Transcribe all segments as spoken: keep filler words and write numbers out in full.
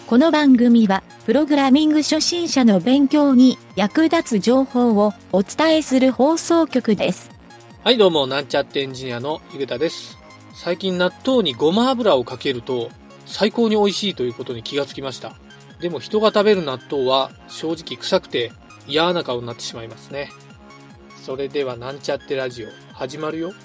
この番組は、プログラミング初心者の勉強に役立つ情報をお伝えする放送局です。 はい、どうも、なんちゃってエンジニアのゆげたです。最近納豆にごま油をかけると最高に美味しいということに気がつきました。でも人が食べる納豆は正直臭くて嫌な顔になってしまいますね。それではなんちゃってラジオ始まるよ。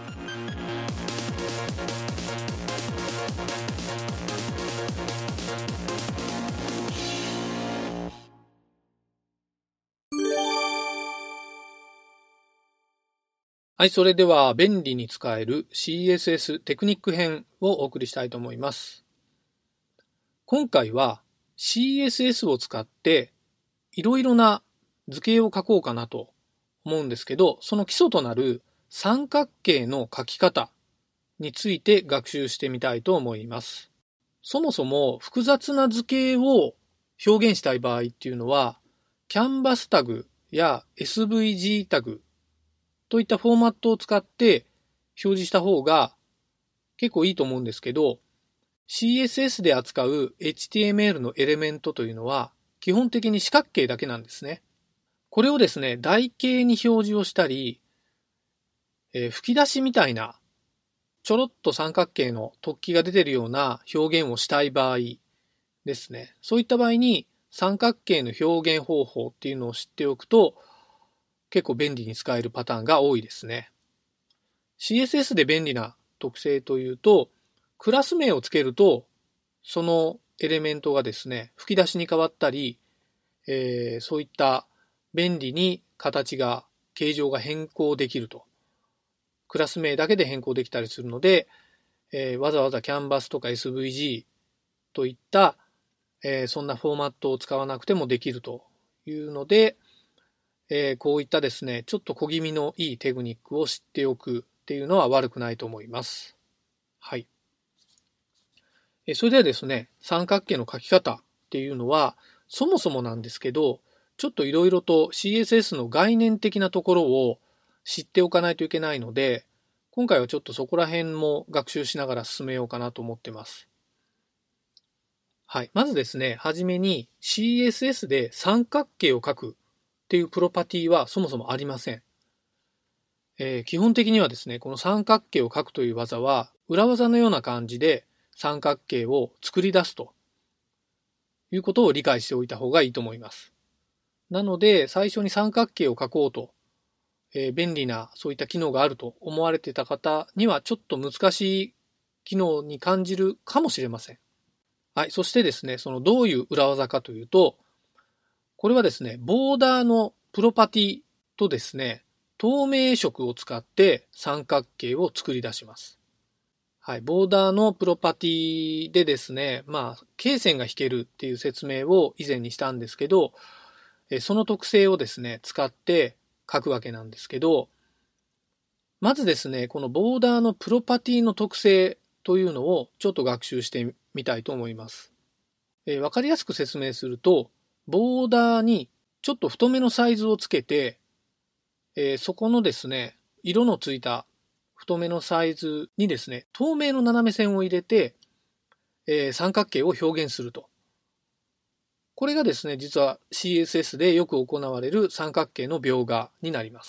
はい、それでは便利に使える シーエスエス テクニック編をお送りしたいと思います。今回は シーエスエス を使っていろいろな図形を書こうかなと思うんですけど、その基礎となる三角形の書き方について学習してみたいと思います。そもそも複雑な図形を表現したい場合っていうのは、キャンバスタグや エスブイジー タグといったフォーマットを使って表示した方が結構いいと思うんですけど、シーエスエス で扱う エイチティーエムエル のエレメントというのは基本的に四角形だけなんですね。これをですね、台形に表示をしたり、えー、吹き出しみたいなちょろっと三角形の突起が出ているような表現をしたい場合ですね。そういった場合に三角形の表現方法っていうのを知っておくと結構便利に使えるパターンが多いですね。シーエスエス で便利な特性というと、クラス名をつけるとそのエレメントがですね、吹き出しに変わったり、えー、そういった便利に形が、形状が変更できると。クラス名だけで変更できたりするので、えー、わざわざキャンバスとか エスブイジー といった、えー、そんなフォーマットを使わなくてもできるというので、えー、こういったですね、ちょっと小気味のいいテクニックを知っておくっていうのは悪くないと思います。はい。えー、それではですね、三角形の書き方っていうのは、そもそもなんですけど、ちょっといろいろと シーエスエス の概念的なところを知っておかないといけないので、今回はちょっとそこら辺も学習しながら進めようかなと思ってます。はい。まずですね、はじめに シーエスエス で三角形を書くっていうプロパティはそもそもありません。えー、基本的にはですね、この三角形を書くという技は裏技のような感じで三角形を作り出すということを理解しておいた方がいいと思います。なので、最初に三角形を書こうと、えー、便利なそういった機能があると思われていた方にはちょっと難しい機能に感じるかもしれません。はい。そしてですね、そのどういう裏技かというと、これはですね、ボーダーのプロパティとですね、透明色を使って三角形を作り出します。はい。ボーダーのプロパティでですね、まあ、罫線が引けるっていう説明を以前にしたんですけど、その特性をですね、使って書くわけなんですけど、まずですね、このボーダーのプロパティの特性というのをちょっと学習してみたいと思います。えー、わかりやすく説明すると、ボーダーにちょっと太めのサイズをつけて、えー、そこのですね、色のついた太めのサイズにですね、透明の斜め線を入れて、えー、三角形を表現すると。これがですね、実は シーエスエス でよく行われる三角形の描画になります。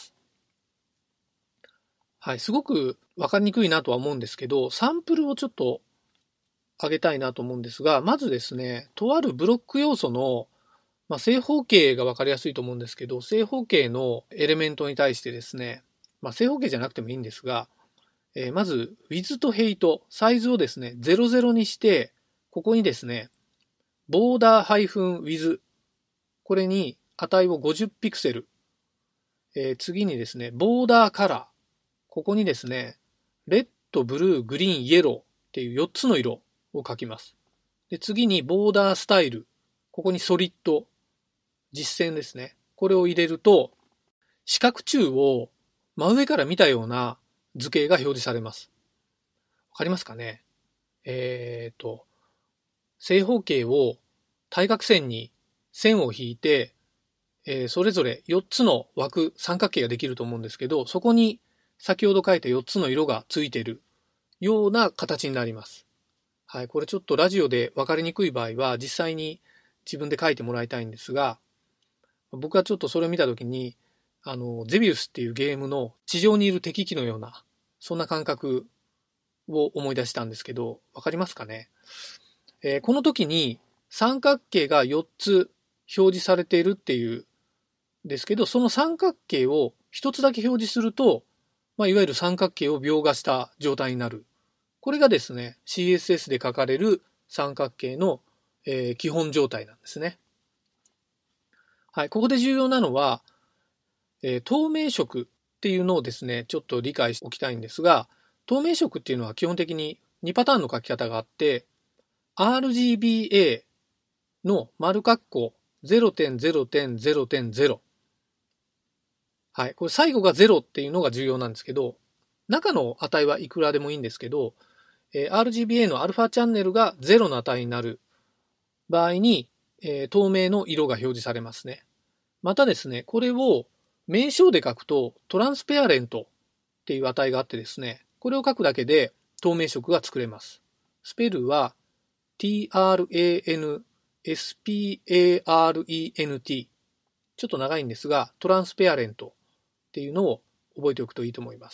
はい、すごくわかりにくいなとは思うんですけど、サンプルをちょっと上げたいなと思うんですが、まずですね、とあるブロック要素の、まあ、正方形がわかりやすいと思うんですけど、正方形のエレメントに対してですね、まあ、正方形じゃなくてもいいんですが、えー、まず width と height、サイズをですね、ゼロゼロにして、ここにですね、border-width、これに値をごじゅうピクセル、えー、次にですね、border color、ここにですね、レッド、ブルー、グリーン、イエローっていうよっつの色を書きます。で、次にボーダースタイル。ここにソリッド、実線ですね。これを入れると、四角柱を真上から見たような図形が表示されます。わかりますかね？えーと、正方形を対角線に線を引いて、えー、それぞれよっつの枠、三角形ができると思うんですけど、そこに先ほど書いたよっつの色がついているような形になります。 はい、これちょっとラジオで分かりにくい場合は実際に自分で書いてもらいたいんですが、僕はちょっとそれを見たときに、あの、ゼビウスっていうゲームの地上にいる敵機のような、そんな感覚を思い出したんですけど、分かりますかね。えー、この時に三角形がよっつ表示されているっていうんですけど、その三角形をひとつだけ表示すると、まあ、いわゆる三角形を描画した状態になる。これがですね、シーエスエス で書かれる三角形の、えー、基本状態なんですね。はい、ここで重要なのは、えー、透明色っていうのをですね、ちょっと理解しておきたいんですが、透明色っていうのは基本的ににパターンの書き方があって、アールジービーエー の丸括弧 ゼロてんゼロてんゼロてんゼロ。はい、これ最後がゼロっていうのが重要なんですけど、中の値はいくらでもいいんですけど、えー、アールジービーエー のアルファチャンネルがゼロの値になる場合に、えー、透明の色が表示されますね。またですね、これを名称で書くとトランスペアレントっていう値があってですね、これを書くだけで透明色が作れます。スペルは トランスペアレント。ちょっと長いんですが、トランスペアレントっていうのを覚えておくといいと思います。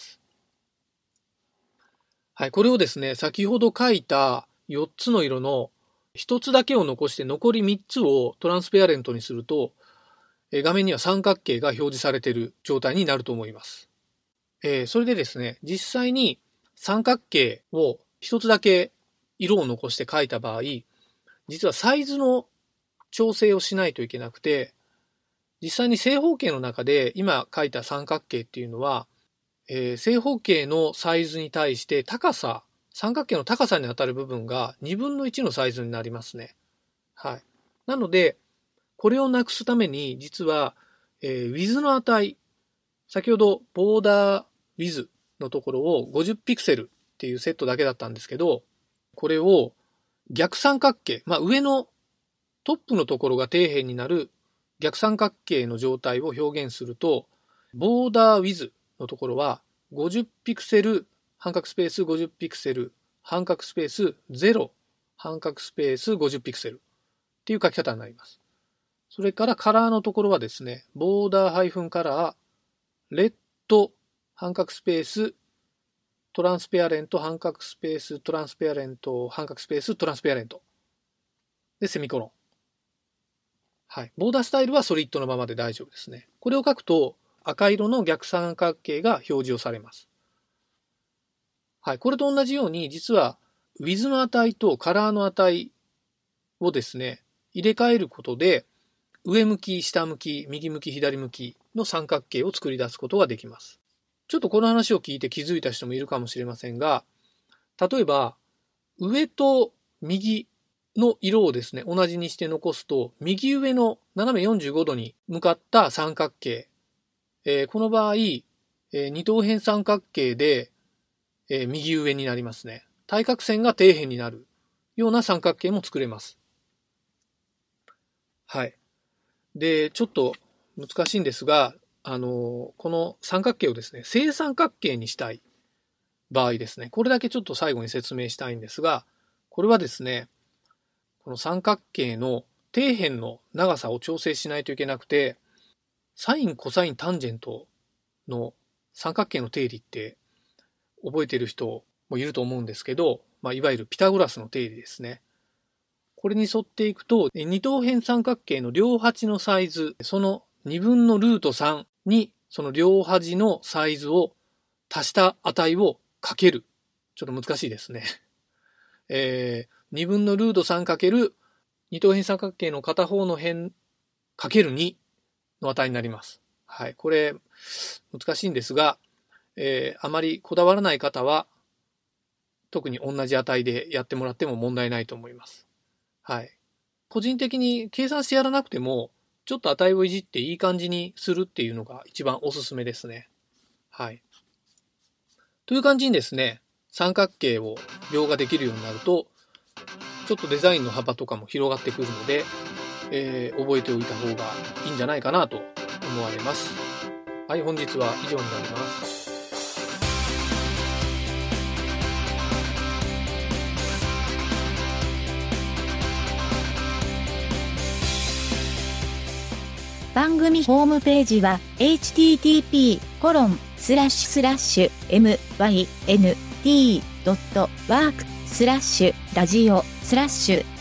はい、これをですね、先ほど書いたよっつの色のひとつだけを残して残りみっつをトランスペアレントにすると、画面には三角形が表示されている状態になると思います。えー、それでですね、実際に三角形をひとつだけ色を残して書いた場合、実はサイズの調整をしないといけなくて、実際に正方形の中で今書いた三角形っていうのは、えー、正方形のサイズに対して高さ、三角形の高さに当たる部分がにぶんのいちのサイズになりますね。はい。なので、これをなくすために、実は、えー、width の値、先ほどボーダー width のところをごじゅうピクセルっていうセットだけだったんですけど、これを逆三角形、まあ上のトップのところが底辺になる逆三角形の状態を表現すると、ボーダー width のところはごじゅうピクセル、半角スペースごじゅうピクセル、半角スペースゼロ、半角スペースごじゅうピクセルっていう書き方になります。それからカラーのところはですね、ボーダーハイフンカラー、レッド、半角スペース、トランスペアレント、半角スペース、トランスペアレント、半角スペース、トランスペアレント。で、セミコロン。はい。ボーダースタイルはソリッドのままで大丈夫ですね。これを書くと赤色の逆三角形が表示をされます。はい。これと同じように、実は width の値とカラーの値をですね、入れ替えることで、上向き、下向き、右向き、左向きの三角形を作り出すことができます。ちょっとこの話を聞いて気づいた人もいるかもしれませんが、例えば、上と右の色をですね、同じにして残すと、右上の斜めよんじゅうごどに向かった三角形、えー、この場合、えー、二等辺三角形で、えー、右上になりますね。対角線が底辺になるような三角形も作れます。はい。で、ちょっと難しいんですが、あの、この三角形をですね、正三角形にしたい場合ですね、これだけちょっと最後に説明したいんですが、これはですね、この三角形の底辺の長さを調整しないといけなくて、サイン、コサイン、タンジェントの三角形の定理って覚えている人もいると思うんですけど、まあ、いわゆるピタゴラスの定理ですね。これに沿っていくと、二等辺三角形の両端のサイズ、そのにぶんのルートさんに、その両端のサイズを足した値をかける。ちょっと難しいですね。えー、にぶんのルートさんかける二等辺三角形の片方の辺かけるにの値になります。はい。これ、難しいんですが、えー、あまりこだわらない方は、特に同じ値でやってもらっても問題ないと思います。はい。個人的に計算してやらなくても、ちょっと値をいじっていい感じにするっていうのが一番おすすめですね。はい。という感じにですね、三角形を描画できるようになると、ちょっとデザインの幅とかも広がってくるので、えー、覚えておいた方がいいんじゃないかなと思われます。はい、本日は以上になります。 番組ホームページは エイチティーティーピーコロンスラッシュスラッシュエムワイエヌティードットワークスラッシュラジオスラッシュ